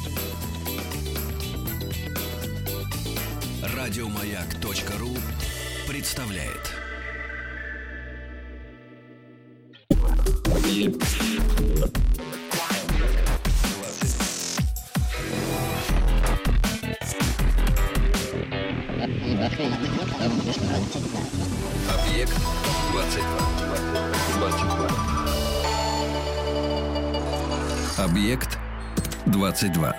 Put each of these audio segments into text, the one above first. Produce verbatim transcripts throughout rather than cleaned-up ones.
Радиомаяк.ру представляет. Объект двадцать два. Объект двадцать два.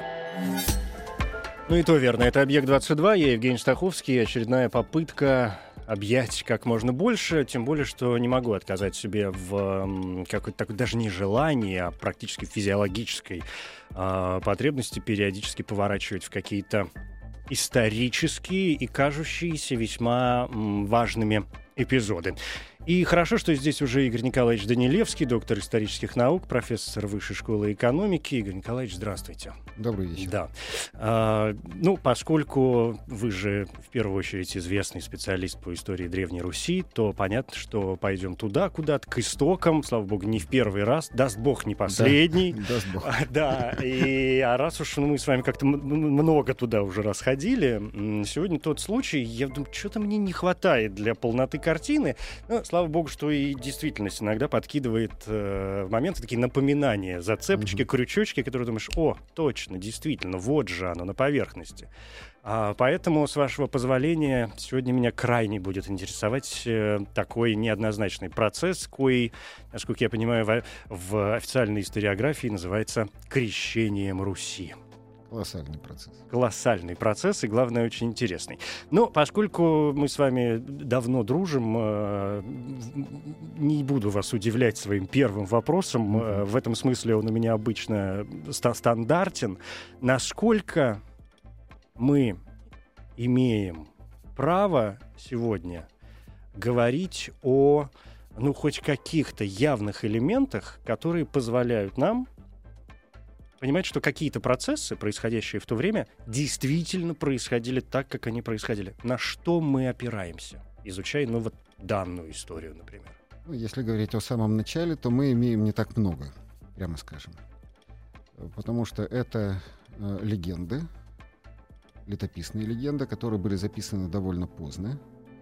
Ну и то верно. Это «Объект двадцать два». Я Евгений Стаховский. Очередная попытка объять как можно больше. Тем более, что не могу отказать себе в какой-то такой даже не желании, а практически физиологической э, потребности периодически поворачивать в какие-то исторические и кажущиеся весьма м, важными эпизоды. И хорошо, что здесь уже Игорь Николаевич Данилевский, доктор исторических наук, профессор Высшей школы экономики. Игорь Николаевич, здравствуйте. Добрый вечер. Да. А, ну, поскольку вы же в первую очередь известный специалист по истории Древней Руси, то понятно, что пойдем туда, куда-то, к истокам. Слава богу, не в первый раз. Даст бог, не последний. Да, даст бог. Да, и, а раз уж ну, мы с вами как-то м- много туда уже раз ходили, сегодня тот случай, я думаю, что-то мне не хватает для полноты картины. Ну, слава богу, что и действительность иногда подкидывает э, моменты, такие напоминания, зацепочки, mm-hmm. крючочки, которые думаешь, о, точно, действительно, вот же оно на поверхности. А, поэтому, с вашего позволения, сегодня меня крайне будет интересовать э, такой неоднозначный процесс, который, насколько я понимаю, в, в официальной историографии называется «крещением Руси». Колоссальный процесс. Колоссальный процесс и, главное, очень интересный. Но поскольку мы с вами давно дружим, э, не буду вас удивлять своим первым вопросом. Э, в этом смысле он у меня обычно ста- стандартен. Насколько мы имеем право сегодня говорить о, ну, хоть каких-то явных элементах, которые позволяют нам понимать, что какие-то процессы, происходящие в то время, действительно происходили так, как они происходили. На что мы опираемся, изучая, ну, вот данную историю, например? Ну, если говорить о самом начале, то мы имеем не так много, прямо скажем. Потому что это э, легенды, летописные легенды, которые были записаны довольно поздно.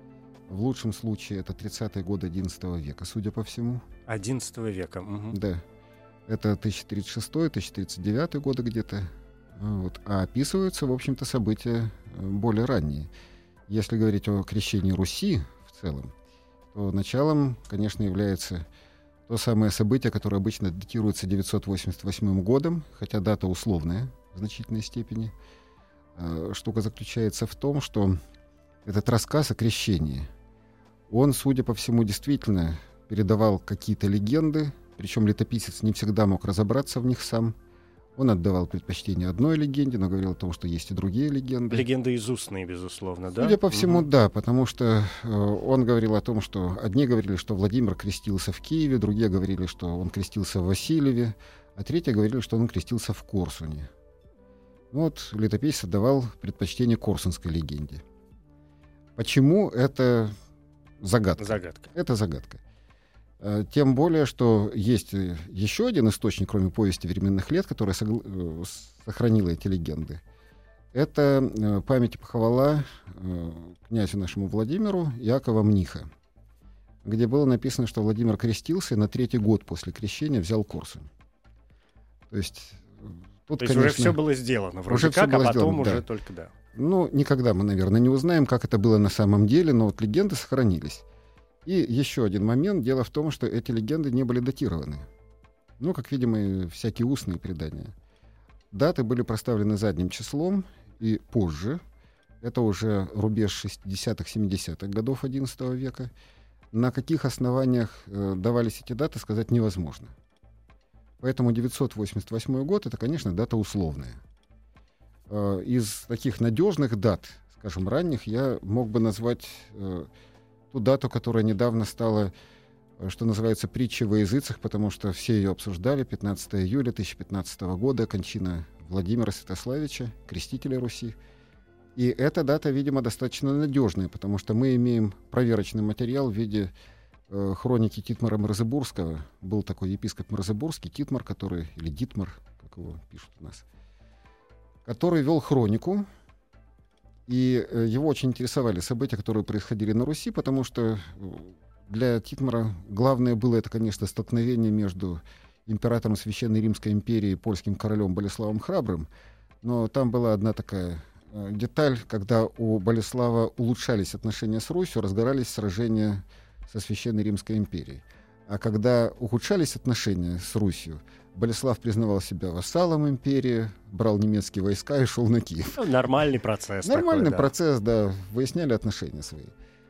В лучшем случае это тридцатые годы одиннадцатого века, судя по всему. одиннадцатого века. Угу. Да. Это тысяча тридцать шестой, тысяча тридцать девятый годы где-то. Вот. А описываются, в общем-то, события более ранние. Если говорить о крещении Руси в целом, то началом, конечно, является то самое событие, которое обычно датируется девятьсот восемьдесят восьмым годом, хотя дата условная в значительной степени. Штука заключается в том, что этот рассказ о крещении, он, судя по всему, действительно передавал какие-то легенды, причем летописец не всегда мог разобраться в них сам. Он отдавал предпочтение одной легенде, но говорил о том, что есть и другие легенды. Легенды изустные, безусловно, да? Судя по всему, угу. да, потому что э, он говорил о том, что одни говорили, что Владимир крестился в Киеве, другие говорили, что он крестился в Васильеве, а третьи говорили, что он крестился в Корсуне. Вот летописец отдавал предпочтение корсунской легенде. Почему? Это загадка. Загадка. Это загадка. Тем более, что есть еще один источник, кроме повести временных лет, который согл... сохранил эти легенды. Это память и похвала князю нашему Владимиру Якова Мниха, где было написано, что Владимир крестился и на третий год после крещения взял Корсунь. То есть, тут, То есть конечно, уже все было сделано, вроде уже как, а потом сделано, уже да. только да. Ну, никогда мы, наверное, не узнаем, как это было на самом деле, но вот легенды сохранились. И еще один момент. Дело в том, что эти легенды не были датированы. Ну, как видим, и всякие устные предания. Даты были проставлены задним числом, и позже, это уже рубеж шестидесятых-семидесятых годов одиннадцатого века, на каких основаниях э, давались эти даты, сказать невозможно. Поэтому девятьсот восемьдесят восьмой год — это, конечно, дата условная. Э, из таких надежных дат, скажем, ранних, я мог бы назвать э, ту дату, которая недавно стала, что называется, притчей во языцах, потому что все ее обсуждали. пятнадцатого июля тысяча пятнадцатого года, кончина Владимира Святославича, крестителя Руси. И эта дата, видимо, достаточно надежная, потому что мы имеем проверочный материал в виде э, хроники Титмара Мразыбурского. Был такой епископ Мразыбурский, Титмар, который, или Дитмар, как его пишут у нас. который вел хронику, и э, его очень интересовали события, которые происходили на Руси, потому что для Титмара главное было это, конечно, столкновение между императором Священной Римской империи и польским королем Болеславом Храбрым, но там была одна такая э, деталь, когда у Болеслава улучшались отношения с Русью, разгорались сражения со Священной Римской империей. А когда ухудшались отношения с Русью, Болеслав признавал себя вассалом империи, брал немецкие войска и шел на Киев. Ну, нормальный процесс. Нормальный такой, да. процесс, да, выясняли отношения свои.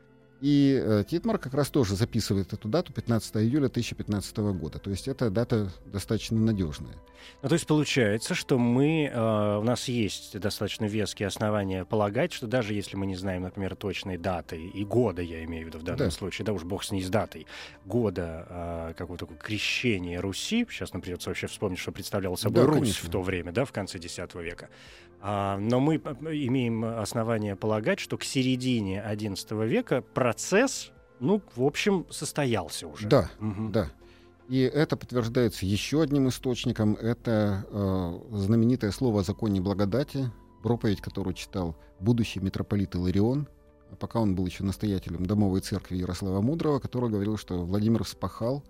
И э, Титмар как раз тоже записывает эту дату, пятнадцатого июля тысяча пятнадцатого года. То есть эта дата достаточно надежная. Ну, то есть получается, что мы, э, у нас есть достаточно веские основания полагать, что даже если мы не знаем, например, точной даты и года, я имею в виду в данном Да. случае, да уж бог с ней с датой, года э, какого-то такого крещения Руси, сейчас нам придется вообще вспомнить, что представляла собой Да, Русь конечно. в то время, да, в конце десятого века. А, но мы имеем основания полагать, что к середине одиннадцатого века процесс, ну, в общем, состоялся уже. Да, Мгм. да. И это подтверждается еще одним источником. Это э, знаменитое слово о законе благодати, проповедь, которую читал будущий митрополит Иларион, пока он был еще настоятелем домовой церкви Ярослава Мудрого, который говорил, что Владимир вспахал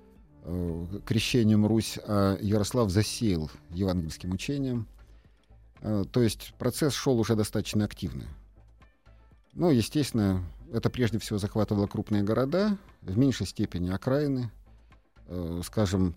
э, крещением Русь, а Ярослав засеял евангельским учением. Э, то есть процесс шел уже достаточно активно. Ну, естественно, это прежде всего захватывало крупные города, в меньшей степени окраины. Э, скажем,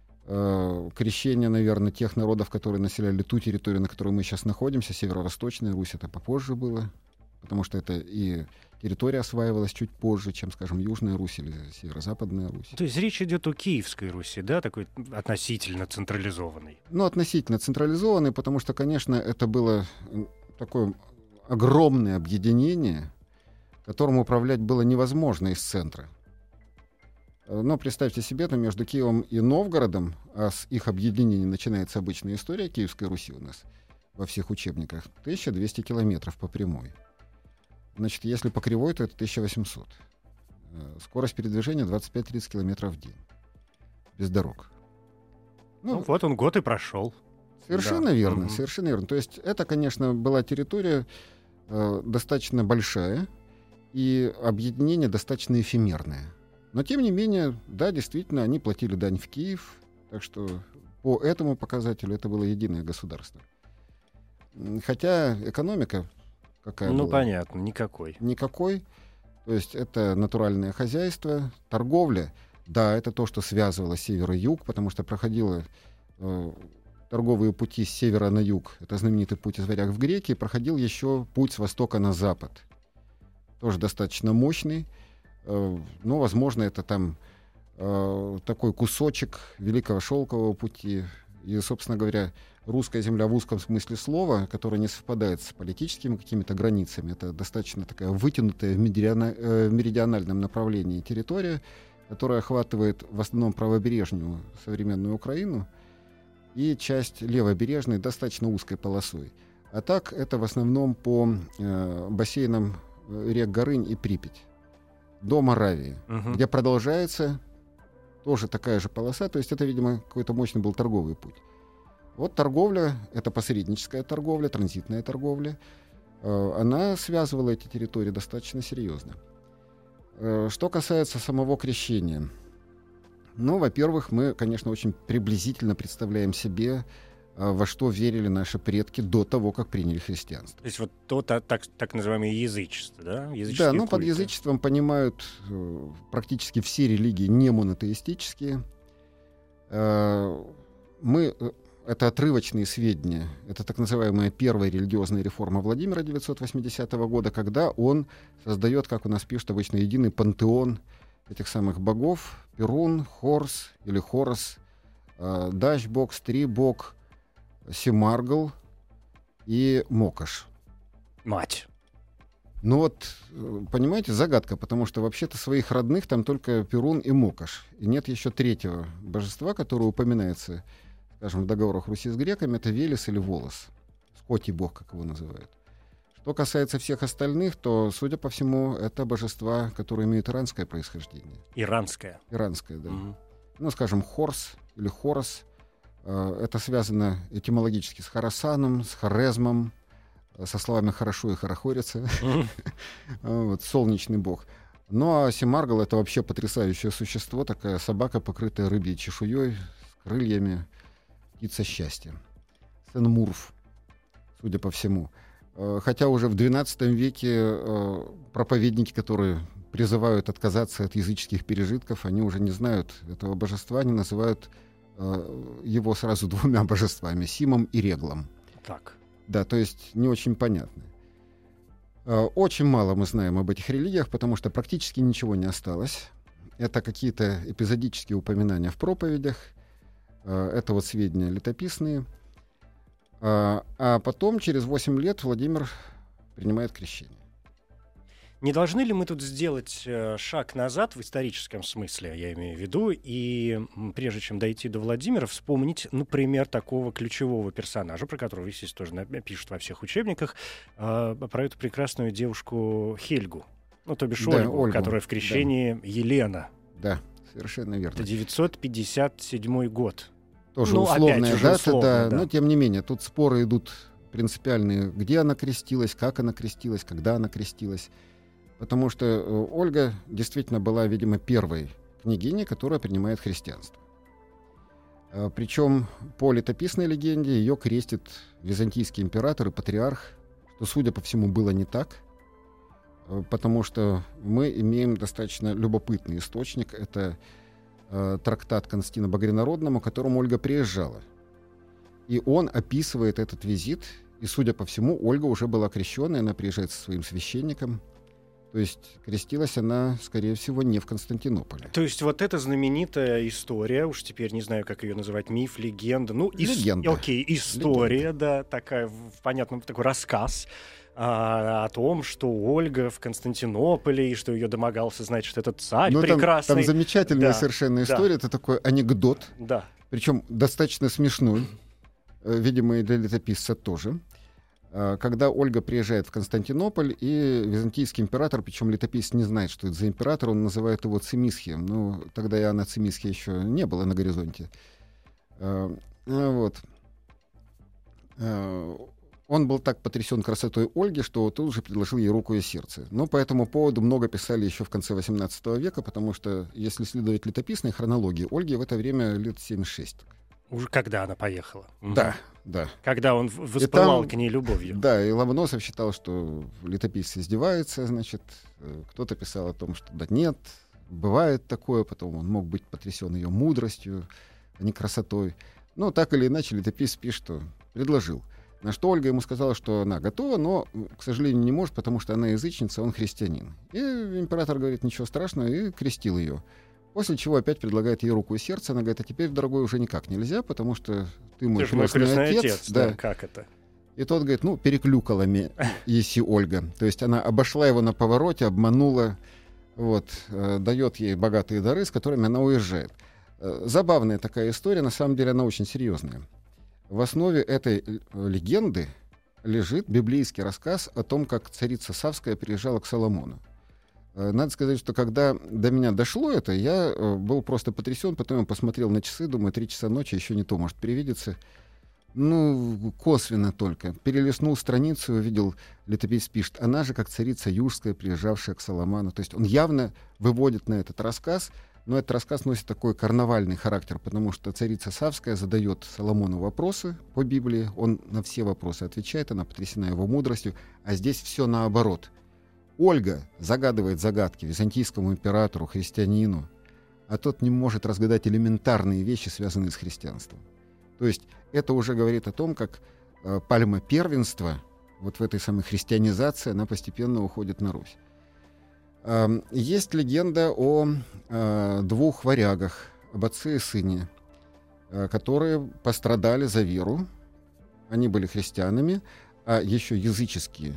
э, крещение, наверное, тех народов, которые населяли ту территорию, на которой мы сейчас находимся, северо-восточная Русь, это попозже было, потому что это и территория осваивалась чуть позже, чем, скажем, Южная Русь или Северо-Западная Русь. То есть речь идет о Киевской Руси, да, такой относительно централизованной. Ну, относительно централизованный, потому что, конечно, это было м, такое огромное объединение, которым управлять было невозможно из центра. Но представьте себе, там между Киевом и Новгородом, а с их объединения начинается обычная история Киевской Руси у нас во всех учебниках, тысяча двести километров по прямой. Значит, если по кривой, то это тысяча восемьсот. Э, Скорость передвижения двадцать пять-тридцать километров в день. Без дорог. Ну, Ну, вот он год и прошел. Совершенно Да. верно, Мгм. совершенно верно. То есть это, конечно, была территория э, достаточно большая и объединение достаточно эфемерное. Но, тем не менее, да, действительно, они платили дань в Киев, так что по этому показателю это было единое государство. М, Хотя экономика какая Ну, была? понятно, никакой. Никакой. То есть это натуральное хозяйство, торговля. Да, это то, что связывало север и юг, потому что проходило э, торговые пути с севера на юг. Это знаменитый путь из Варяг в Греки. Проходил еще путь с востока на запад. Тоже достаточно мощный. Э, ну, возможно, это там э, такой кусочек Великого Шелкового пути. И, собственно говоря, русская земля в узком смысле слова, которая не совпадает с политическими какими-то границами. Это достаточно такая вытянутая в, меридиана- э, в меридиональном направлении территория, которая охватывает в основном правобережную современную Украину и часть левобережной достаточно узкой полосой. А так это в основном по э, бассейнам э, рек Горынь и Припять до Моравии, Мгм. где продолжается тоже такая же полоса, то есть это, видимо, какой-то мощный был торговый путь. Вот торговля, это посредническая торговля, транзитная торговля, э, она связывала эти территории достаточно серьезно. Э, что касается самого крещения, ну, во-первых, мы, конечно, очень приблизительно представляем себе, э, во что верили наши предки до того, как приняли христианство. То есть вот то та- так, так называемое язычество, да? Да, Языческие ну, под культы. язычеством понимают э, практически все религии не монотеистические. Э, мы, э, это отрывочные сведения, это так называемая первая религиозная реформа Владимира девятьсот восьмидесятого года, когда он создает, как у нас пишут обычно, единый пантеон этих самых богов: Перун, Хорс или Хорос, э, Дачбог, Стрибог, Семаргл и Мокаш. Мать. Ну вот, э, понимаете, загадка, потому что вообще-то своих родных там только Перун и Мокаш. И нет еще третьего божества, которое упоминается, скажем, в договорах Руси с греками, это Велес или Волос. Скотий бог, как его называют. Что касается всех остальных, то, судя по всему, это божества, которые имеют иранское происхождение. Иранская. Иранское, да. Мгм. Ну, скажем, Хорс или Хорос, Это связано этимологически с Хорасаном, с Хорезмом, со словами «хорошо» и «хорохорится». Mm-hmm. Вот, солнечный бог. Ну а Семаргл — это вообще потрясающее существо, такая собака, покрытая рыбьей чешуей, с крыльями, птица счастья. Сен-Мурф, судя по всему. Хотя уже в двенадцатом веке проповедники, которые призывают отказаться от языческих пережитков, они уже не знают этого божества, они называют его сразу двумя божествами — Симом и Реглом. Так. Да, то есть не очень понятно. Очень мало мы знаем об этих религиях, потому что практически ничего не осталось. Это какие-то эпизодические упоминания в проповедях, это вот сведения летописные. А потом, через восемь лет, Владимир принимает крещение. Не должны ли мы тут сделать шаг назад в историческом смысле, я имею в виду, и прежде чем дойти до Владимира, вспомнить, например, такого ключевого персонажа, про которого, естественно, тоже пишут во всех учебниках, про эту прекрасную девушку Хельгу, ну, то бишь да, Ольгу, Ольгу, которая в крещении да. Елена. Да, совершенно верно. Это девятьсот пятьдесят седьмой год. Тоже ну, условная опять же, дата, условно, да, да. Но тем не менее, тут споры идут принципиальные, где она крестилась, как она крестилась, когда она крестилась. Потому что Ольга действительно была, видимо, первой княгиней, которая принимает христианство. Причем по летописной легенде ее крестит византийский император и патриарх, что, судя по всему, было не так, потому что мы имеем достаточно любопытный источник. Это э, трактат Константина Багрянародному, к которому Ольга приезжала. И он описывает этот визит, и, судя по всему, Ольга уже была крещенная, она приезжает со своим священником. То есть крестилась она, скорее всего, не в Константинополе. То есть вот эта знаменитая история, уж теперь не знаю, как ее называть, миф, легенда, ну, легенда. Ис... окей, история, легенда. Да, такая, в понятном, такой рассказ а, о том, что Ольга в Константинополе, и что ее домогался, значит, этот царь ну, прекрасный. Там, там замечательная да, совершенно история, да. Это такой анекдот, да. Причем достаточно смешной, видимо, и для летописца тоже. Когда Ольга приезжает в Константинополь, и византийский император, причем летописец не знает, что это за император, он называет его Цимисхием. Ну, тогда Иоанна Цимисхия еще не было на горизонте. Вот. Он был так потрясен красотой Ольги, что тут же предложил ей руку и сердце. Но по этому поводу много писали еще в конце восемнадцатого века, потому что, если следовать летописной хронологии, Ольге в это время лет семьдесят шесть. Уже когда она поехала. Да, да. Когда он воспылал там, к ней любовью. Да, и Ломоносов считал, что летописец издевается, значит, кто-то писал о том, что да нет, бывает такое, потом он мог быть потрясен ее мудростью, а не красотой. Но так или иначе летописец пишет, что предложил. На что Ольга ему сказала, что она готова, но, к сожалению, не может, потому что она язычница, он христианин. И император говорит, ничего страшного, и крестил ее. После чего опять предлагает ей руку и сердце. Она говорит, а теперь, дорогой, уже никак нельзя, потому что ты мой крестный отец. отец да. Да, как это? И тот говорит, ну, переклюкала me, еси Ольга. То есть она обошла его на повороте, обманула, вот, э, дает ей богатые дары, с которыми она уезжает. Э, забавная такая история, на самом деле она очень серьезная. В основе этой легенды лежит библейский рассказ о том, как царица Савская приезжала к Соломону. Надо сказать, что когда до меня дошло это, я был просто потрясен, потом я посмотрел на часы, думаю, три часа ночи, еще не то может привидеться. Ну, косвенно только. Перелистнул страницу, увидел, летописец пишет, она же как царица Южская, приезжавшая к Соломону. То есть он явно выводит на этот рассказ, но этот рассказ носит такой карнавальный характер, потому что царица Савская задает Соломону вопросы по Библии, он на все вопросы отвечает, она потрясена его мудростью, а здесь все наоборот. Ольга загадывает загадки византийскому императору, христианину, а тот не может разгадать элементарные вещи, связанные с христианством. То есть это уже говорит о том, как э, пальма первенства, вот в этой самой христианизации, она постепенно уходит на Русь. Э, есть легенда о э, двух варягах, об отце и сыне, э, которые пострадали за веру. Они были христианами, а еще языческие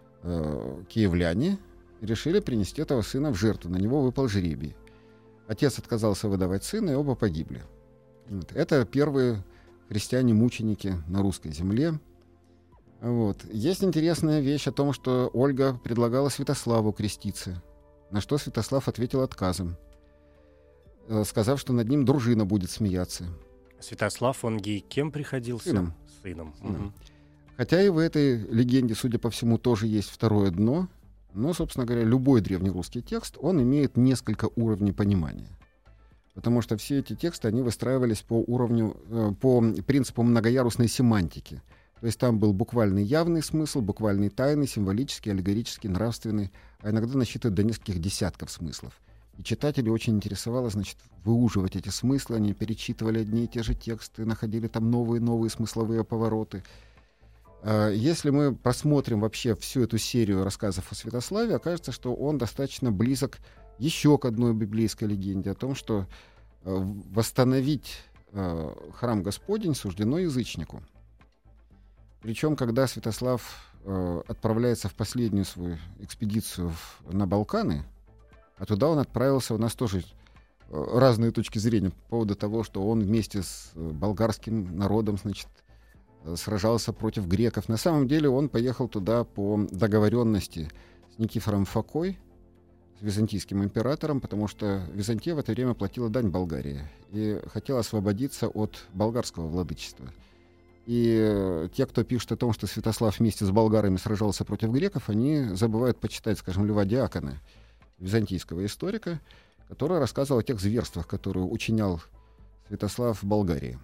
киевляне решили принести этого сына в жертву. На него выпал жребий. Отец отказался выдавать сына, и оба погибли. Вот. Это первые христиане-мученики на русской земле. Вот. Есть интересная вещь о том, что Ольга предлагала Святославу креститься, на что Святослав ответил отказом, сказав, что над ним дружина будет смеяться. Святослав, он ей кем приходился? Сыном. Сыном. Сыном. Мгм. Хотя и в этой легенде, судя по всему, тоже есть второе дно. Но, собственно говоря, любой древнерусский текст, он имеет несколько уровней понимания. Потому что все эти тексты, они выстраивались по уровню, э, по принципу многоярусной семантики. То есть там был буквальный явный смысл, буквальный тайный, символический, аллегорический, нравственный, а иногда насчитывают до нескольких десятков смыслов. И читатели очень интересовало, значит, выуживать эти смыслы, они перечитывали одни и те же тексты, находили там новые-новые смысловые повороты. Если мы просмотрим вообще всю эту серию рассказов о Святославе, окажется, что он достаточно близок еще к одной библейской легенде о том, что восстановить храм Господень суждено язычнику. Причем, когда Святослав отправляется в последнюю свою экспедицию на Балканы, а туда он отправился, у нас тоже разные точки зрения по поводу того, что он вместе с болгарским народом, значит, сражался против греков. На самом деле он поехал туда по договоренности с Никифором Фокой, с византийским императором, потому что Византия в это время платила дань Болгарии и хотела освободиться от болгарского владычества. И те, кто пишет о том, что Святослав вместе с болгарами сражался против греков, они забывают почитать, скажем, Льва Диакона, византийского историка, который рассказывал о тех зверствах, которые учинял Святослав в Болгарии.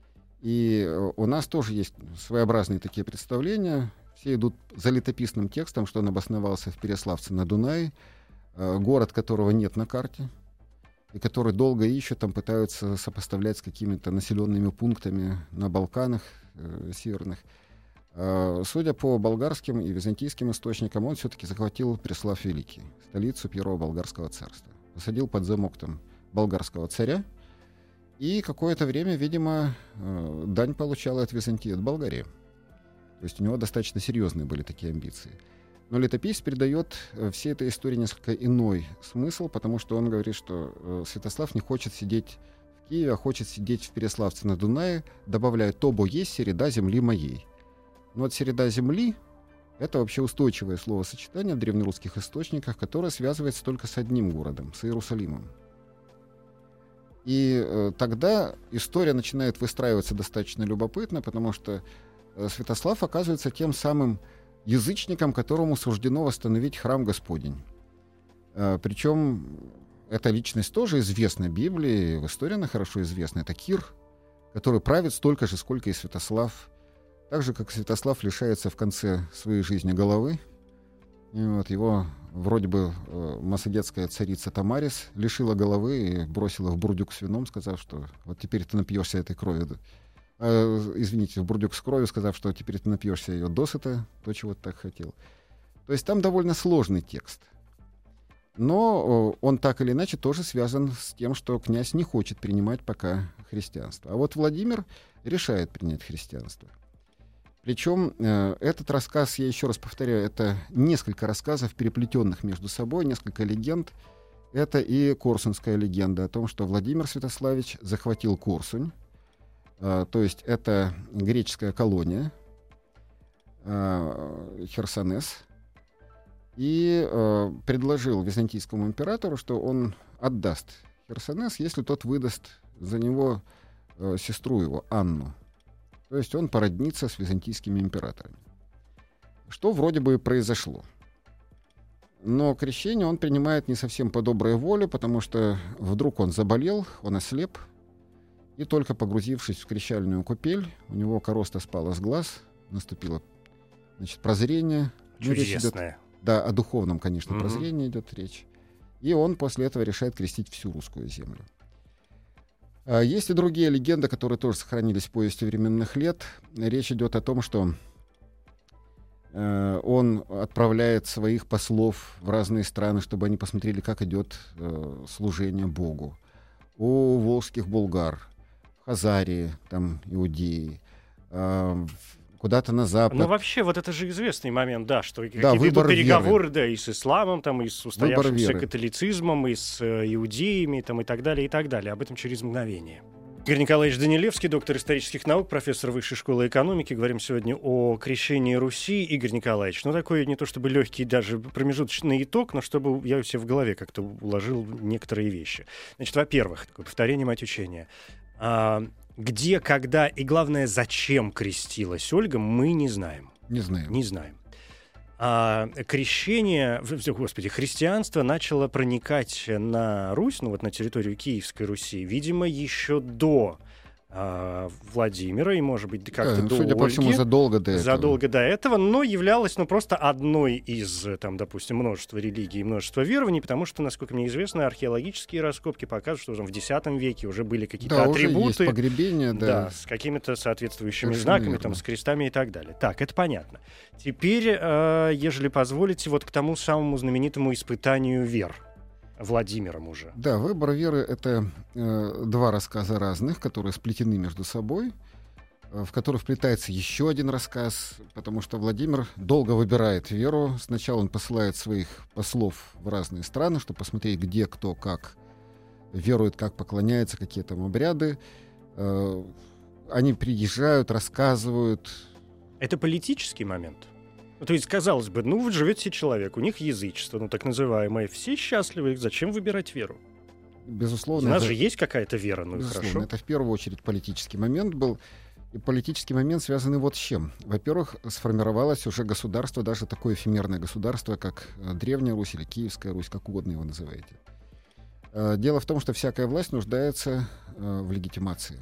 И у нас тоже есть своеобразные такие представления. Все идут за летописным текстом, что он обосновался в Переславце на Дунае, город которого нет на карте, и который долго ищут, там пытаются сопоставлять с какими-то населенными пунктами на Балканах э, северных. Э, судя по болгарским и византийским источникам, он все-таки захватил Преслав Великий, столицу первого болгарского царства. Посадил под замок там болгарского царя, и какое-то время, видимо, э, дань получала от Византии, от Болгарии. То есть у него достаточно серьезные были такие амбиции. Но летописец передает э, всей этой истории несколько иной смысл, потому что он говорит, что э, Святослав не хочет сидеть в Киеве, а хочет сидеть в Переславце на Дунае, добавляя «тобо есть середа земли моей». Но вот середа земли — это вообще устойчивое словосочетание в древнерусских источниках, которое связывается только с одним городом, с Иерусалимом. И э, тогда история начинает выстраиваться достаточно любопытно, потому что э, Святослав оказывается тем самым язычником, которому суждено восстановить храм Господень. Э, причем эта личность тоже известна в Библии, в истории она хорошо известна. Это Кир, который правит столько же, сколько и Святослав. Так же, как Святослав лишается в конце своей жизни головы. И вот его вроде бы э, массагетская царица Тамарис лишила головы и бросила в бурдюк с вином, сказав, что вот теперь ты напьешься этой крови. Э, извините, в бурдюк с кровью, сказав, что теперь ты напьешься ее досыта, то, чего ты так хотел. То есть там довольно сложный текст. Но э, он так или иначе тоже связан с тем, что князь не хочет принимать пока христианство. А вот Владимир решает принять христианство. Причем э, этот рассказ, я еще раз повторяю, это несколько рассказов, переплетенных между собой, несколько легенд. Это и корсунская легенда о том, что Владимир Святославич захватил Корсунь, э, то есть это греческая колония, э, Херсонес, и э, предложил византийскому императору, что он отдаст Херсонес, если тот выдаст за него э, сестру его, Анну. То есть он породнится с византийскими императорами. Что вроде бы и произошло. Но крещение он принимает не совсем по доброй воле, потому что вдруг он заболел, он ослеп, и только погрузившись в крещальную купель, у него короста спала с глаз, наступило, значит, прозрение. Чудесное. Идет, да, о духовном, конечно, Mm-hmm. прозрении идет речь. И он после этого решает крестить всю русскую землю. Есть и другие легенды, которые тоже сохранились в повести временных лет. Речь идет о том, что э, он отправляет своих послов в разные страны, чтобы они посмотрели, как идет э, служение Богу. У волжских булгар, в Хазарии, там, Иудеи, э, куда-то на запад. Ну, вообще, вот это же известный момент, да, что да, какие-то идут переговоры, веры. да, и с исламом, там, и с устоявшимся католицизмом, и с э, иудеями, там, и так далее, и так далее. Об этом через мгновение. Игорь Николаевич Данилевский, доктор исторических наук, профессор Высшей школы экономики. Говорим сегодня о крещении Руси. Игорь Николаевич, ну, такой не то чтобы легкий даже промежуточный итог, но чтобы я у себя в голове как-то уложил некоторые вещи. Значит, во-первых, такое повторение мать учения. А, Где, когда и, главное, зачем крестилась Ольга, мы не знаем. Не знаю. Не знаем. А крещение, господи, христианство начало проникать на Русь, ну вот на территорию Киевской Руси, видимо, еще до а, Владимира и, может быть, как-то Да, до судя Ольги, по всему, задолго до этого. задолго до этого, но являлось, ну, просто одной из, там, допустим, множества религий и множества верований, потому что, насколько мне известно, археологические раскопки показывают, что уже в X веке уже были какие-то Да, атрибуты. уже есть погребения, да. Да, с какими-то соответствующими Совершенно знаками, верно. там, с крестами и так далее. Так, это понятно. Теперь, э, ежели позволите, вот к тому самому знаменитому испытанию вер Владимиром уже. Да, выбор веры — это э, два рассказа разных, которые сплетены между собой, э, в который вплетается еще один рассказ, потому что Владимир долго выбирает веру. Сначала он посылает своих послов в разные страны, чтобы посмотреть, где, кто, как верует, как поклоняется, какие там обряды. Э, они приезжают, рассказывают. Это политический момент? Ну, то есть, казалось бы, ну, вот живет себе человек, у них язычество, ну, так называемое, все счастливы, зачем выбирать веру? Безусловно, У нас это, же есть какая-то вера, ну, и безусловно, хорошо. это в первую очередь политический момент был. И политический момент связанный вот с чем. Во-первых, сформировалось уже государство, даже такое эфемерное государство, как э, Древняя Русь или Киевская Русь, как угодно его называете. Э, Дело в том, что всякая власть нуждается э, в легитимации.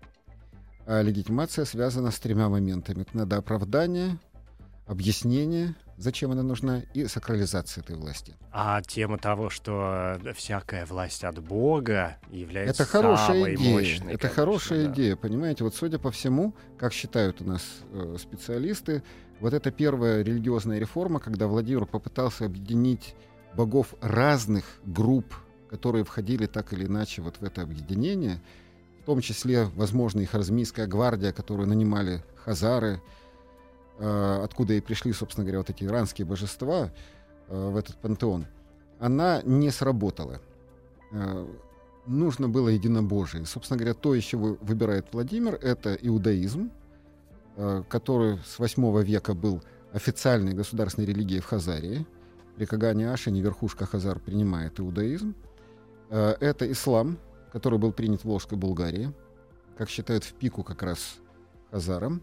А легитимация связана с тремя моментами. Это надо оправдание, объяснение, зачем она нужна, и сакрализация этой власти. А тема того, что всякая власть от Бога является Это хорошая самой идея. мощной. Это конечно, хорошая да. идея, понимаете? Вот судя по всему, как считают у нас э, специалисты, вот это первая религиозная реформа, когда Владимир попытался объединить богов разных групп, которые входили так или иначе вот в это объединение, в том числе, возможно, и Харазмийская гвардия, которую нанимали хазары, э, откуда и пришли, собственно говоря, вот эти иранские божества э, в этот пантеон, она не сработала. Э, нужно было единобожие. Собственно говоря, то, из чего выбирает Владимир, это иудаизм, э, который с восьмого века был официальной государственной религией в Хазарии. При Кагане Ашине верхушка хазар принимает иудаизм. Э, это ислам, который был принят в Волжской Булгарии, как считают, в пику как раз хазарам.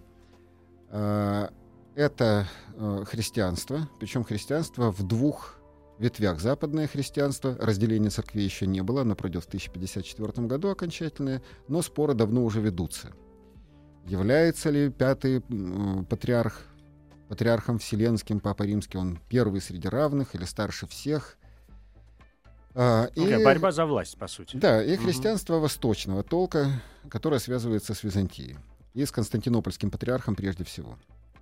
Э, это э, христианство, причем христианство в двух ветвях. Западное христианство, разделения церквей еще не было, оно пройдет в тысяча пятьдесят четвёртом году окончательное, но споры давно уже ведутся. Является ли пятый э, патриарх патриархом Вселенским, Папа Римский, он первый среди равных или старше всех? А, Ну, и, борьба за власть, по сути. да, и Мгм. христианство восточного толка, которое связывается с Византией и с Константинопольским патриархом прежде всего.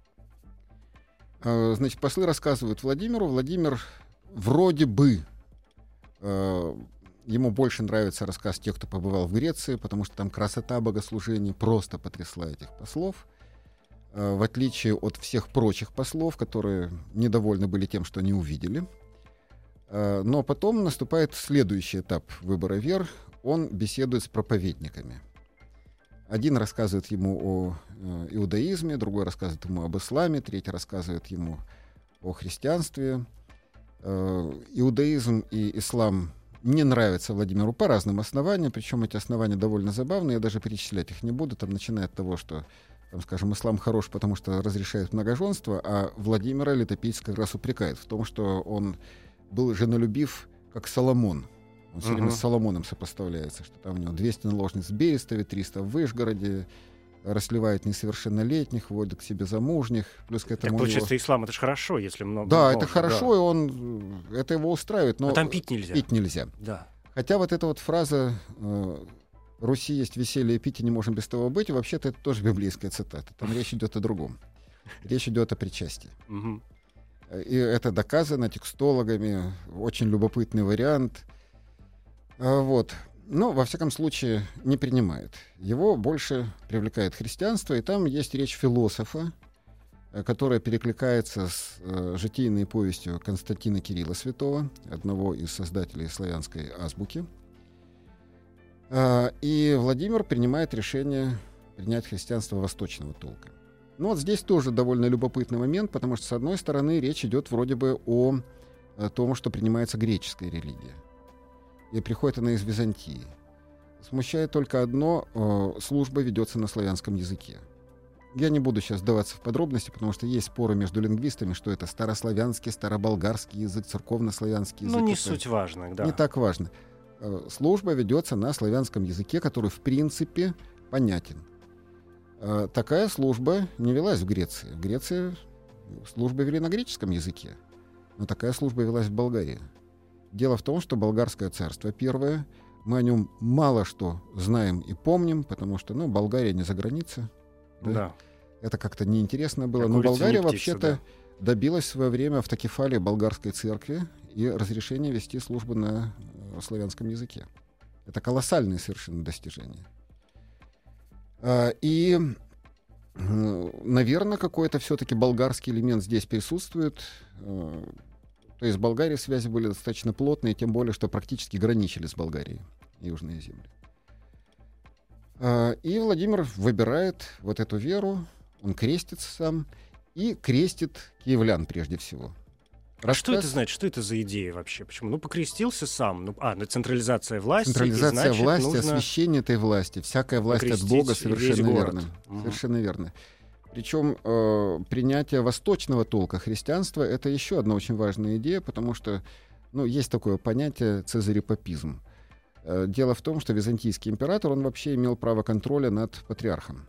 А, значит, послы рассказывают Владимиру. Владимир вроде бы э, ему больше нравится рассказ тех, кто побывал в Греции, потому что там красота богослужения просто потрясла этих послов. Э, в отличие от всех прочих послов, которые недовольны были тем, что не увидели. Э, но потом наступает следующий этап выбора вер. Он беседует с проповедниками. Один рассказывает ему о э, иудаизме, другой рассказывает ему об исламе, третий рассказывает ему о христианстве. Э, иудаизм и ислам не нравятся Владимиру по разным основаниям, причем эти основания довольно забавные, я даже перечислять их не буду. Там, начиная от того, что, там, скажем, ислам хорош, потому что разрешает многоженство, а Владимира летописец как раз упрекает в том, что он был женолюбив, как Соломон. Он все время Мгм. с Соломоном сопоставляется, что там у него двести наложниц в Берестове, триста в Вышгороде, расливает несовершеннолетних, вводит к себе замужних. Плюс к Так этому у него- получается, ислам — это ж хорошо, если много. Да, много, это хорошо, и он, э, это его устраивает, но Но там пить нельзя. пить нельзя. Да. Хотя вот эта вот фраза э, «Руси есть веселье, пить и не можем без того быть», вообще-то это тоже библейская цитата. Там речь идет о другом. Речь идет о причастии. Мгм. И это доказано текстологами. Очень любопытный вариант. А, Вот. Но, во всяком случае, не принимает. Его больше привлекает христианство, и там есть речь философа, э, которая перекликается с э, житийной повестью Константина Кирилла Святого, одного из создателей славянской азбуки. А, И Владимир принимает решение принять христианство восточного толка. Ну вот здесь тоже довольно любопытный момент, потому что, с одной стороны, речь идет вроде бы о, о том, что принимается греческая религия. И приходит она из Византии. смущает только одно — служба ведется на славянском языке. Я не буду сейчас вдаваться в подробности, потому что есть споры между лингвистами, что это старославянский, староболгарский язык, церковнославянский язык. Ну, не это суть важно, да. Не так важно. Служба ведется на славянском языке, который, в принципе, понятен. Такая служба не велась в Греции. В Греции службы вели на греческом языке, но такая служба велась в Болгарии. Дело в том, что болгарское царство первое, мы о нем мало что знаем и помним, потому что, ну, Болгария не за границей. Да? Да. Это как-то неинтересно было. Но Болгария птица, вообще-то да. добилась в свое время автокефалии болгарской церкви и разрешения вести службу на э, славянском языке. Это колоссальное совершенно достижение. А, и, э, наверное, какой-то все-таки болгарский элемент здесь присутствует. Э, то есть с Болгарией связи были достаточно плотные, тем более, что практически граничили с Болгарией южные земли. И Владимир выбирает вот эту веру, он крестится сам и крестит киевлян прежде всего. А Рассказ... что это значит? Что это за идея вообще? Почему? Ну, покрестился сам. Ну, а, ну, централизация власти. Централизация и, значит, власти, нужно... освящение этой власти. Всякая власть от Бога, совершенно верно. Угу. Совершенно верно. Причем э, принятие восточного толка христианства — это еще одна очень важная идея, потому что, ну, есть такое понятие цезарепапизм. Дело в том, что византийский император, он вообще имел право контроля над патриархом.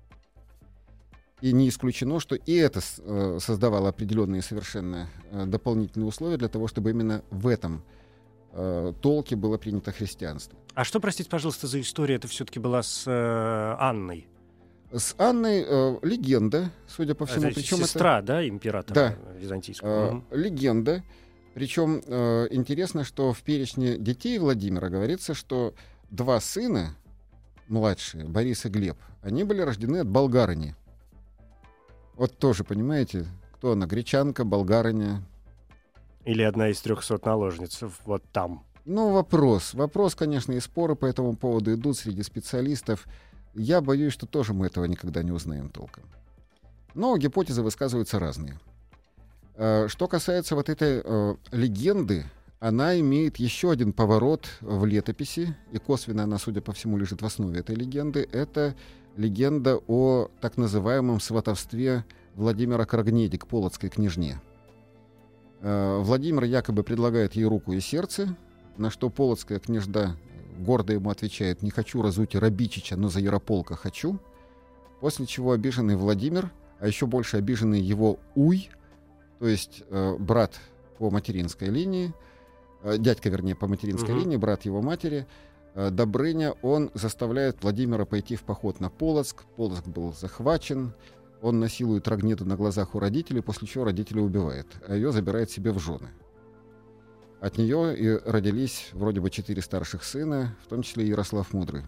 И не исключено, что и это э, создавало определенные совершенно э, дополнительные условия для того, чтобы именно в этом э, толке было принято христианство. А что, простите, пожалуйста, за история? Это все-таки была с э, Анной? С Анной э, легенда, судя по всему. Это Причем сестра, это... да, императора да. византийского? Э, угу. Легенда. Причем э, интересно, что в перечне детей Владимира говорится, что два сына, младшие, Борис и Глеб, они были рождены от болгарыни. Вот тоже, понимаете, кто она, гречанка, болгарыня? Или одна из трехсот наложниц, вот там. Ну, вопрос. Вопрос, конечно, и споры по этому поводу идут среди специалистов. Я боюсь, что тоже мы этого никогда не узнаем толком. Но гипотезы высказываются разные. Что касается вот этой э, легенды, она имеет еще один поворот в летописи, и косвенно она, судя по всему, лежит в основе этой легенды. Это легенда о так называемом сватовстве Владимира Карагнеди к полоцкой княжне. Э, Владимир якобы предлагает ей руку и сердце, на что полоцкая княжна гордо ему отвечает: «Не хочу разуть Рабичича, но за Ярополка хочу». После чего обиженный Владимир, а еще больше обиженный его Уй, то есть э, брат по материнской линии, э, дядька, вернее, по материнской uh-huh. линии, брат его матери, э, Добрыня, он заставляет Владимира пойти в поход на Полоцк. Полоцк был захвачен, он насилует Рогнеду на глазах у родителей, после чего родителей убивает, а ее забирает себе в жены. От нее и родились вроде бы четыре старших сына, в том числе и Ярослав Мудрый.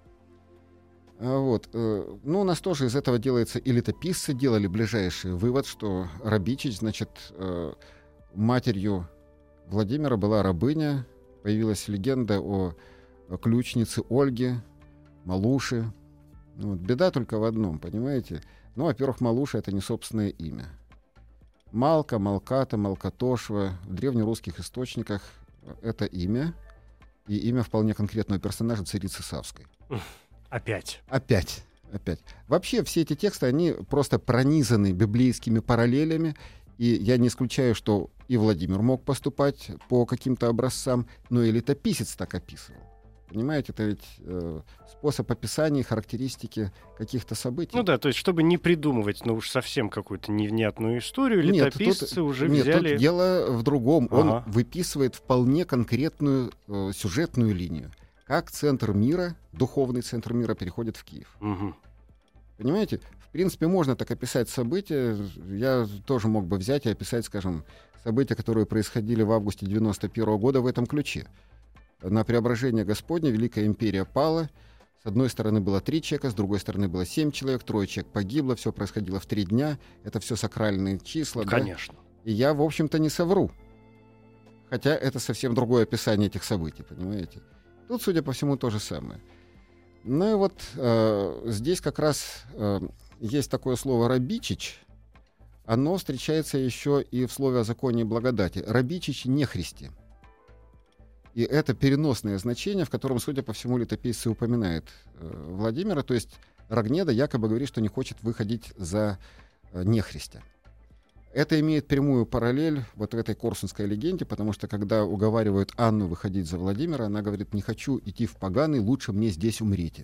Вот. Ну, у нас тоже из этого делается, и летописцы делали ближайший вывод, что Рабичич, значит, матерью Владимира была рабыня. Появилась легенда о ключнице Ольге, Малуше. Вот. Беда только в одном, понимаете? Ну, во-первых, Малуша — это не собственное имя. Малка, Малката, Малкатошва в древнерусских источниках это имя, и имя вполне конкретного персонажа — царицы Савской. Опять. Опять. Опять. Вообще все эти тексты, они просто пронизаны библейскими параллелями, и я не исключаю, что и Владимир мог поступать по каким-то образцам, но и летописец так описывал. Понимаете, это ведь э, способ описания, характеристики каких-то событий. Ну да, то есть, чтобы не придумывать, ну уж совсем какую-то невнятную историю, нет, летописцы тут, уже нет, взяли... Нет, тут дело в другом. Ага. Он выписывает вполне конкретную э, сюжетную линию. Как центр мира, духовный центр мира, переходит в Киев. Угу. Понимаете? В принципе, можно так описать события. Я тоже мог бы взять и описать, скажем, события, которые происходили в августе девяносто первого года в этом ключе. На преображение Господне Великая империя пала. С одной стороны было три человека, с другой стороны было семь человек, трое человек погибло, все происходило в три дня. Это все сакральные числа. Конечно. Да? И я, в общем-то, не совру. Хотя это совсем другое описание этих событий, понимаете? Тут, судя по всему, то же самое. Ну и вот э, здесь как раз э, есть такое слово «рабичич». Оно встречается еще и в слове о законе и благодати. Рабичич не христи. И это переносное значение, в котором, судя по всему, летописцы упоминает э, Владимира. То есть Рогнеда якобы говорит, что не хочет выходить за э, нехристиан. Это имеет прямую параллель вот в этой корсунской легенде, потому что когда уговаривают Анну выходить за Владимира, она говорит: не хочу идти в поганый, лучше мне здесь умрите.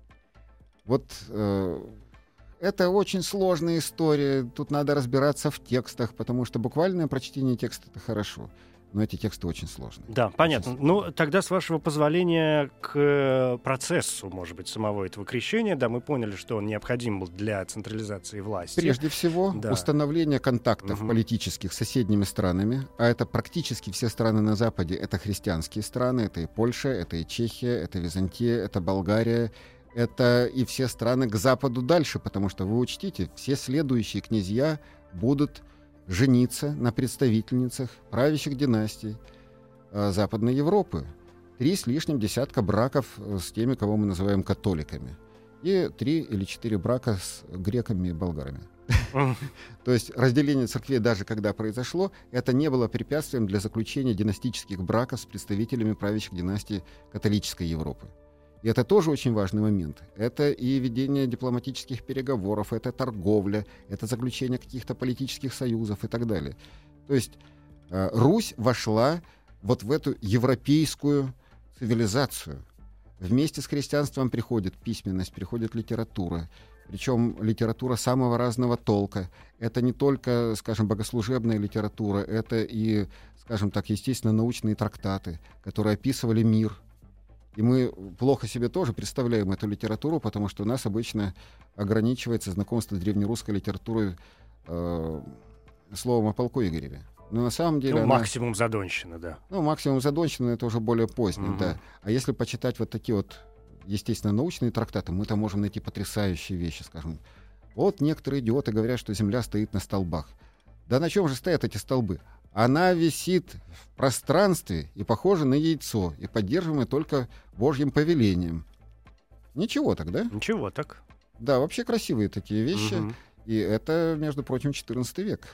Вот э, это очень сложная история, тут надо разбираться в текстах, потому что буквальное прочтение текста — это хорошо, но эти тексты очень сложные. Да, понятно. Очень... Ну, тогда, с вашего позволения, к процессу, может быть, самого этого крещения. Да, мы поняли, что он необходим был для централизации власти. Прежде всего, да. установление контактов угу. политических с соседними странами, а это практически все страны на Западе, это христианские страны, это и Польша, это и Чехия, это Византия, это Болгария, это и все страны к западу дальше, потому что, вы учтите, все следующие князья будут жениться на представительницах правящих династий э, Западной Европы. Три с лишним десятка браков с теми, кого мы называем католиками. И три или четыре брака с греками и болгарами. То есть разделение церквей, даже когда произошло, это не было препятствием для заключения династических браков с представителями правящих династий католической Европы. И это тоже очень важный момент. Это и ведение дипломатических переговоров, это торговля, это заключение каких-то политических союзов и так далее. То есть э, Русь вошла вот в эту европейскую цивилизацию. Вместе с христианством приходит письменность, приходит литература. Причем литература самого разного толка. Это не только, скажем, богослужебная литература, это и, скажем так, естественно, научные трактаты, которые описывали мир. И мы плохо себе тоже представляем эту литературу, потому что у нас обычно ограничивается знакомство с древнерусской литературой э, словом о полку Игореве. Но на самом деле... Ну, она... максимум задонщина, да. Ну, максимум задонщина — это уже более позднее, угу. да. А если почитать вот такие вот, естественно, научные трактаты, мы там можем найти потрясающие вещи, скажем. Вот некоторые идиоты говорят, что Земля стоит на столбах. Да на чем же стоят эти столбы? Она висит в пространстве и похожа на яйцо, и поддерживаемая только Божьим повелением. Ничего так, да? Ничего так. Да, вообще красивые такие вещи. Угу. И это, между прочим, четырнадцатый век.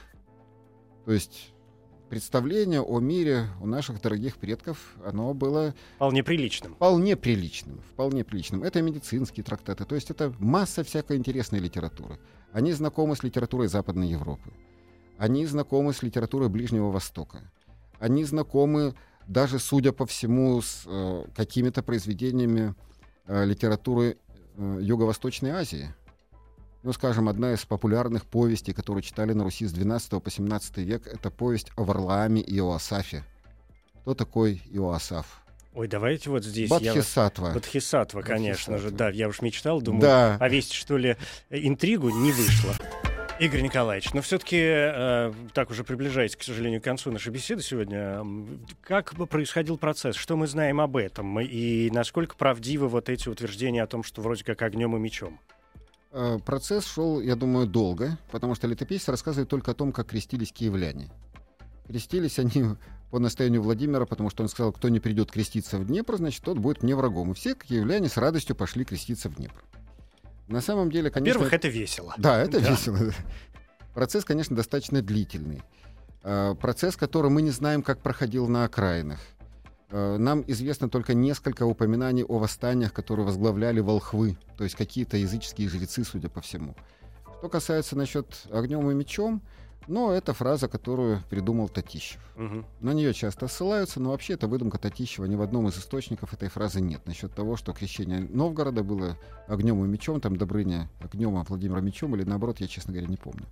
То есть представление о мире у наших дорогих предков, оно было... Вполне приличным. Вполне приличным. Вполне приличным. Это медицинские трактаты. То есть это масса всякой интересной литературы. Они знакомы с литературой Западной Европы. Они знакомы с литературой Ближнего Востока. Они знакомы даже, судя по всему, с э, какими-то произведениями э, литературы э, Юго-Восточной Азии. Ну, скажем, одна из популярных повестей, которую читали на Руси с двенадцатого по семнадцатый век, это повесть о Варлааме и Иоасафе. Кто такой Иоасаф? Ой, давайте вот здесь... Бодхисаттва. Я... Бодхисаттва, конечно же. Да, я уж мечтал, думаю, да. повесить, что ли, интригу, не вышло. Игорь Николаевич, но все-таки, э, так уже приближаясь, к сожалению, к концу нашей беседы сегодня, как происходил процесс, что мы знаем об этом, и насколько правдивы вот эти утверждения о том, что вроде как огнем и мечом? Процесс шел, я думаю, долго, потому что летописцы рассказывают только о том, как крестились киевляне. Крестились они по настоянию Владимира, потому что он сказал, кто не придет креститься в Днепр, значит, тот будет мне врагом. И все киевляне с радостью пошли креститься в Днепр. На самом деле, конечно... Во-первых, это весело. Да, это да. весело. Процесс, конечно, достаточно длительный. Процесс, который мы не знаем, как проходил на окраинах. Нам известно только несколько упоминаний о восстаниях, которые возглавляли волхвы, то есть какие-то языческие жрецы, судя по всему. Что касается насчет огнем и мечом, ну, это фраза, которую придумал Татищев. Угу. На нее часто ссылаются, но вообще это выдумка Татищева. Ни в одном из источников этой фразы нет. Насчет того, что крещение Новгорода было огнем и мечом, там Добрыня огнем, а Владимира мечом, или наоборот, я, честно говоря, не помню.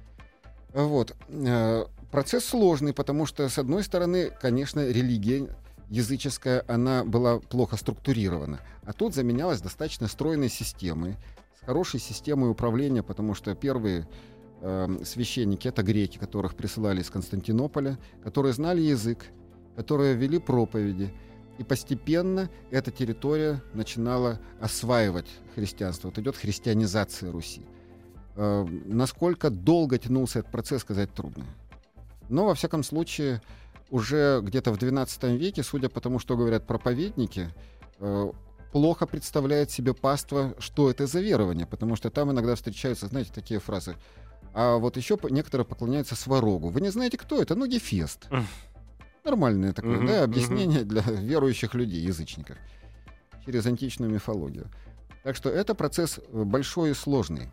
Вот. Процесс сложный, потому что, с одной стороны, конечно, религия языческая, она была плохо структурирована. А тут заменялась достаточно стройной системой, с хорошей системой управления, потому что первые священники — это греки, которых присылали из Константинополя, которые знали язык, которые вели проповеди. И постепенно эта территория начинала осваивать христианство. Вот идет христианизация Руси. Э, насколько долго тянулся этот процесс, сказать трудно. Но, во всяком случае, уже где-то в двенадцатом веке, судя по тому, что говорят проповедники, э, плохо представляет себе паства, что это за верование, потому что там иногда встречаются, знаете, такие фразы. А вот еще некоторые поклоняются Сварогу. Вы не знаете, кто это? Ну, Гефест. Нормальное такое, Мгм, да, мгм. объяснение для верующих людей, язычников, через античную мифологию. Так что это процесс э, большой и сложный.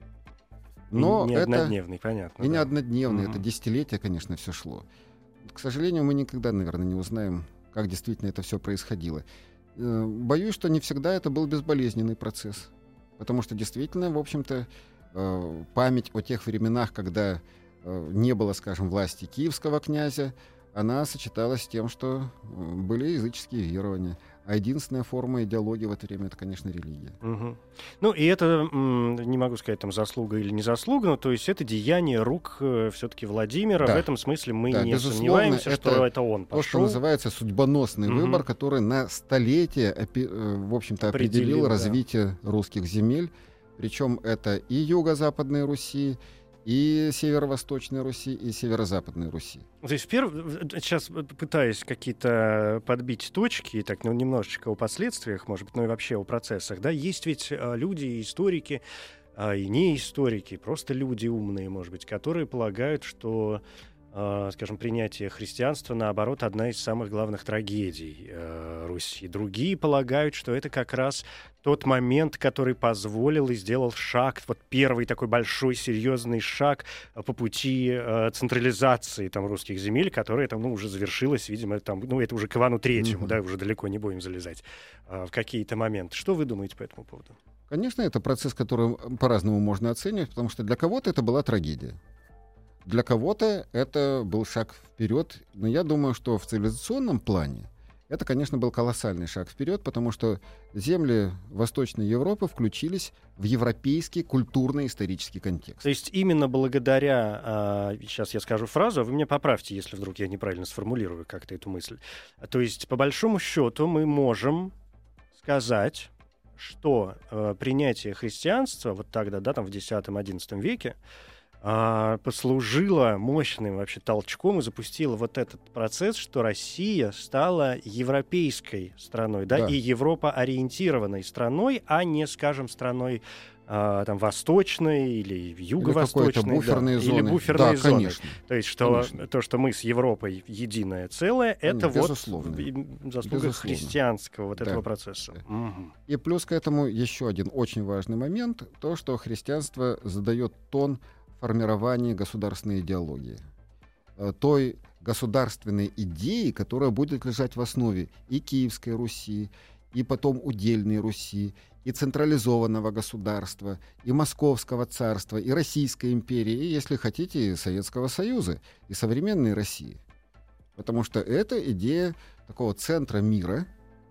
Но не это однодневный, понятно. и не да. однодневный, Мгм. это десятилетия, конечно, все шло. К сожалению, мы никогда, наверное, не узнаем, как действительно это все происходило. Э, Боюсь, что не всегда это был безболезненный процесс. Потому что действительно, в общем-то, э, память о тех временах, когда э, не было, скажем, власти киевского князя, она сочеталась с тем, что э, были языческие верования. А единственная форма идеологии в это время — это, конечно, религия. Мгм. Ну, и это, м, не могу сказать, там, заслуга или не заслуга, но то есть это деяние рук все-таки Владимира. Да. В этом смысле мы Да, не безусловно, сомневаемся, это что это он То, что пошел. называется судьбоносный Мгм. выбор, который на столетие, опи- э, в общем-то, определил, Определил, да. развитие русских земель. Причем это и юго-западной Руси, и северо-восточной Руси, и северо-западной Руси. То есть перв... сейчас пытаюсь какие-то подбить точки, так, ну, немножечко о последствиях, может быть, ну и вообще о процессах. Да? Есть ведь а, люди, историки, а, и не историки, просто люди умные, может быть, которые полагают, что, а, скажем, принятие христианства, наоборот, одна из самых главных трагедий а, Руси. Другие полагают, что это как раз тот момент, который позволил и сделал шаг, вот первый такой большой серьезный шаг а, по пути э, централизации там русских земель, которая там, ну, уже завершилась, видимо, там, ну, это уже к Ивану Третьему, Мгм. да, уже далеко не будем залезать а, в какие-то моменты. Что вы думаете по этому поводу? Конечно, это процесс, который по-разному можно оценивать, потому что для кого-то это была трагедия. Для кого-то это был шаг вперед. Но я думаю, что в цивилизационном плане это, конечно, был колоссальный шаг вперед, потому что земли Восточной Европы включились в европейский культурно-исторический контекст. То есть именно благодаря, а, сейчас я скажу фразу, а вы меня поправьте, если вдруг я неправильно сформулирую как-то эту мысль. То есть, по большому счету, мы можем сказать, что э, принятие христианства вот тогда, да, там в десятом-одиннадцатом веке, а, послужило мощным вообще толчком и запустило вот этот процесс, что Россия стала европейской страной, да, Да. и Европа-ориентированной страной, а не, скажем, страной а, там восточной или юго-восточной, Или какой-то буферные да, зоны. или буферные Да, зоны. конечно. То есть что Конечно. то, что мы с Европой единое целое, это вот безусловно. и заслуга Безусловно. христианского вот Да. этого процесса. Да. Мгм. И плюс к этому еще один очень важный момент, то, что христианство задает тон формирования государственной идеологии. Э, Той государственной идеи, которая будет лежать в основе и Киевской Руси, и потом удельной Руси, и централизованного государства, и Московского царства, и Российской империи, и, если хотите, и Советского Союза, и современной России. Потому что это идея такого центра мира,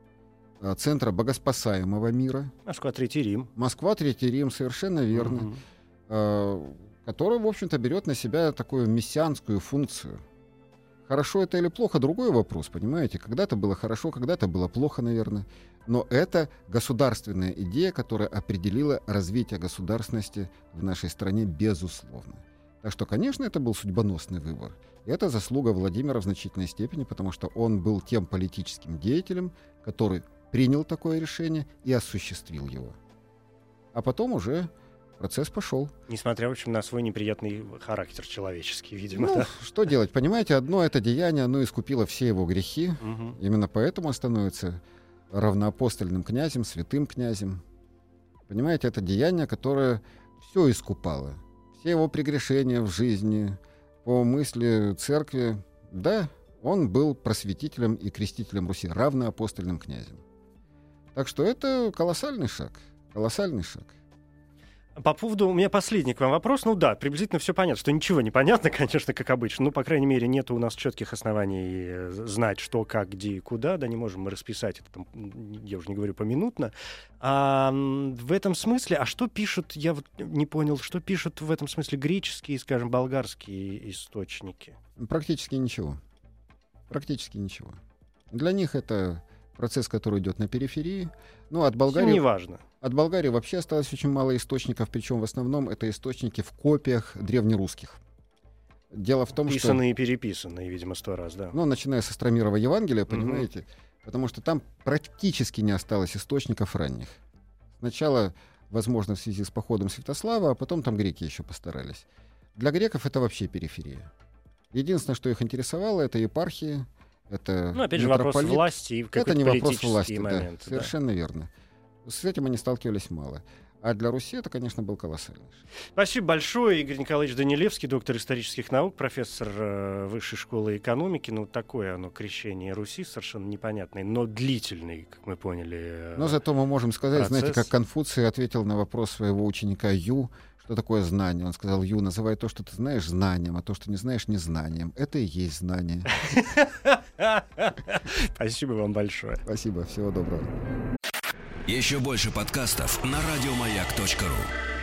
э, центра богоспасаемого мира. Москва, Третий Рим. Москва, Третий Рим, совершенно верно. Мгм. э, который, в общем-то, берет на себя такую мессианскую функцию. Хорошо это или плохо — другой вопрос, понимаете? Когда-то было хорошо, когда-то было плохо, наверное. Но это государственная идея, которая определила развитие государственности в нашей стране, безусловно. Так что, конечно, это был судьбоносный выбор. И это заслуга Владимира в значительной степени, потому что он был тем политическим деятелем, который принял такое решение и осуществил его. А потом уже процесс пошел. Несмотря, в общем, на свой неприятный характер человеческий, видимо, Ну, да. что делать? Понимаете, одно это деяние, оно искупило все его грехи. Мгм. Именно поэтому он становится равноапостольным князем, святым князем. Понимаете, это деяние, которое все искупало. Все его прегрешения в жизни, по мысли церкви. Да, он был просветителем и крестителем Руси, равноапостольным князем. Так что это колоссальный шаг. Колоссальный шаг. По поводу... У меня последний к вам вопрос. Ну да, приблизительно все понятно, что ничего не понятно, конечно, как обычно. Ну, по крайней мере, нет у нас четких оснований э, знать, что, как, где и куда. Да, не можем мы расписать это, там, я уже не говорю поминутно. А, м, в этом смысле... А что пишут, я вот не понял, что пишут в этом смысле греческие, скажем, болгарские источники? Практически ничего. Практически ничего. Для них это процесс, который идет на периферии. Ну, от Всем Болгарии... не важно. От Болгарии вообще осталось очень мало источников, причем в основном это источники в копиях древнерусских. Дело в том, Писанные и переписанные, видимо, сто раз, да. что, ну, начиная со Стромирова Евангелия, понимаете, потому что там практически не осталось источников ранних. Сначала, возможно, в связи с походом Святослава, а потом там греки еще постарались. Для греков это вообще периферия. Единственное, что их интересовало, это епархии, Это ну, опять же, вопрос митрополит. власти и какой-то Это не вопрос власти, момент. да, совершенно да. верно. С этим они сталкивались мало. А для Руси это, конечно, был колоссальный шаг. Спасибо большое. Игорь Николаевич Данилевский, доктор исторических наук, профессор э, Высшей школы экономики. Ну, такое оно крещение Руси, совершенно непонятное, но длительный, как мы поняли. Э, но зато мы можем сказать, процесс. Знаете, как Конфуций ответил на вопрос своего ученика Ю, что такое знание. Он сказал: Ю, называй то, что ты знаешь, знанием, а то, что не знаешь, незнанием. Это и есть знание. Спасибо вам большое. Спасибо, всего доброго. Еще больше подкастов на радиомаяк точка ру.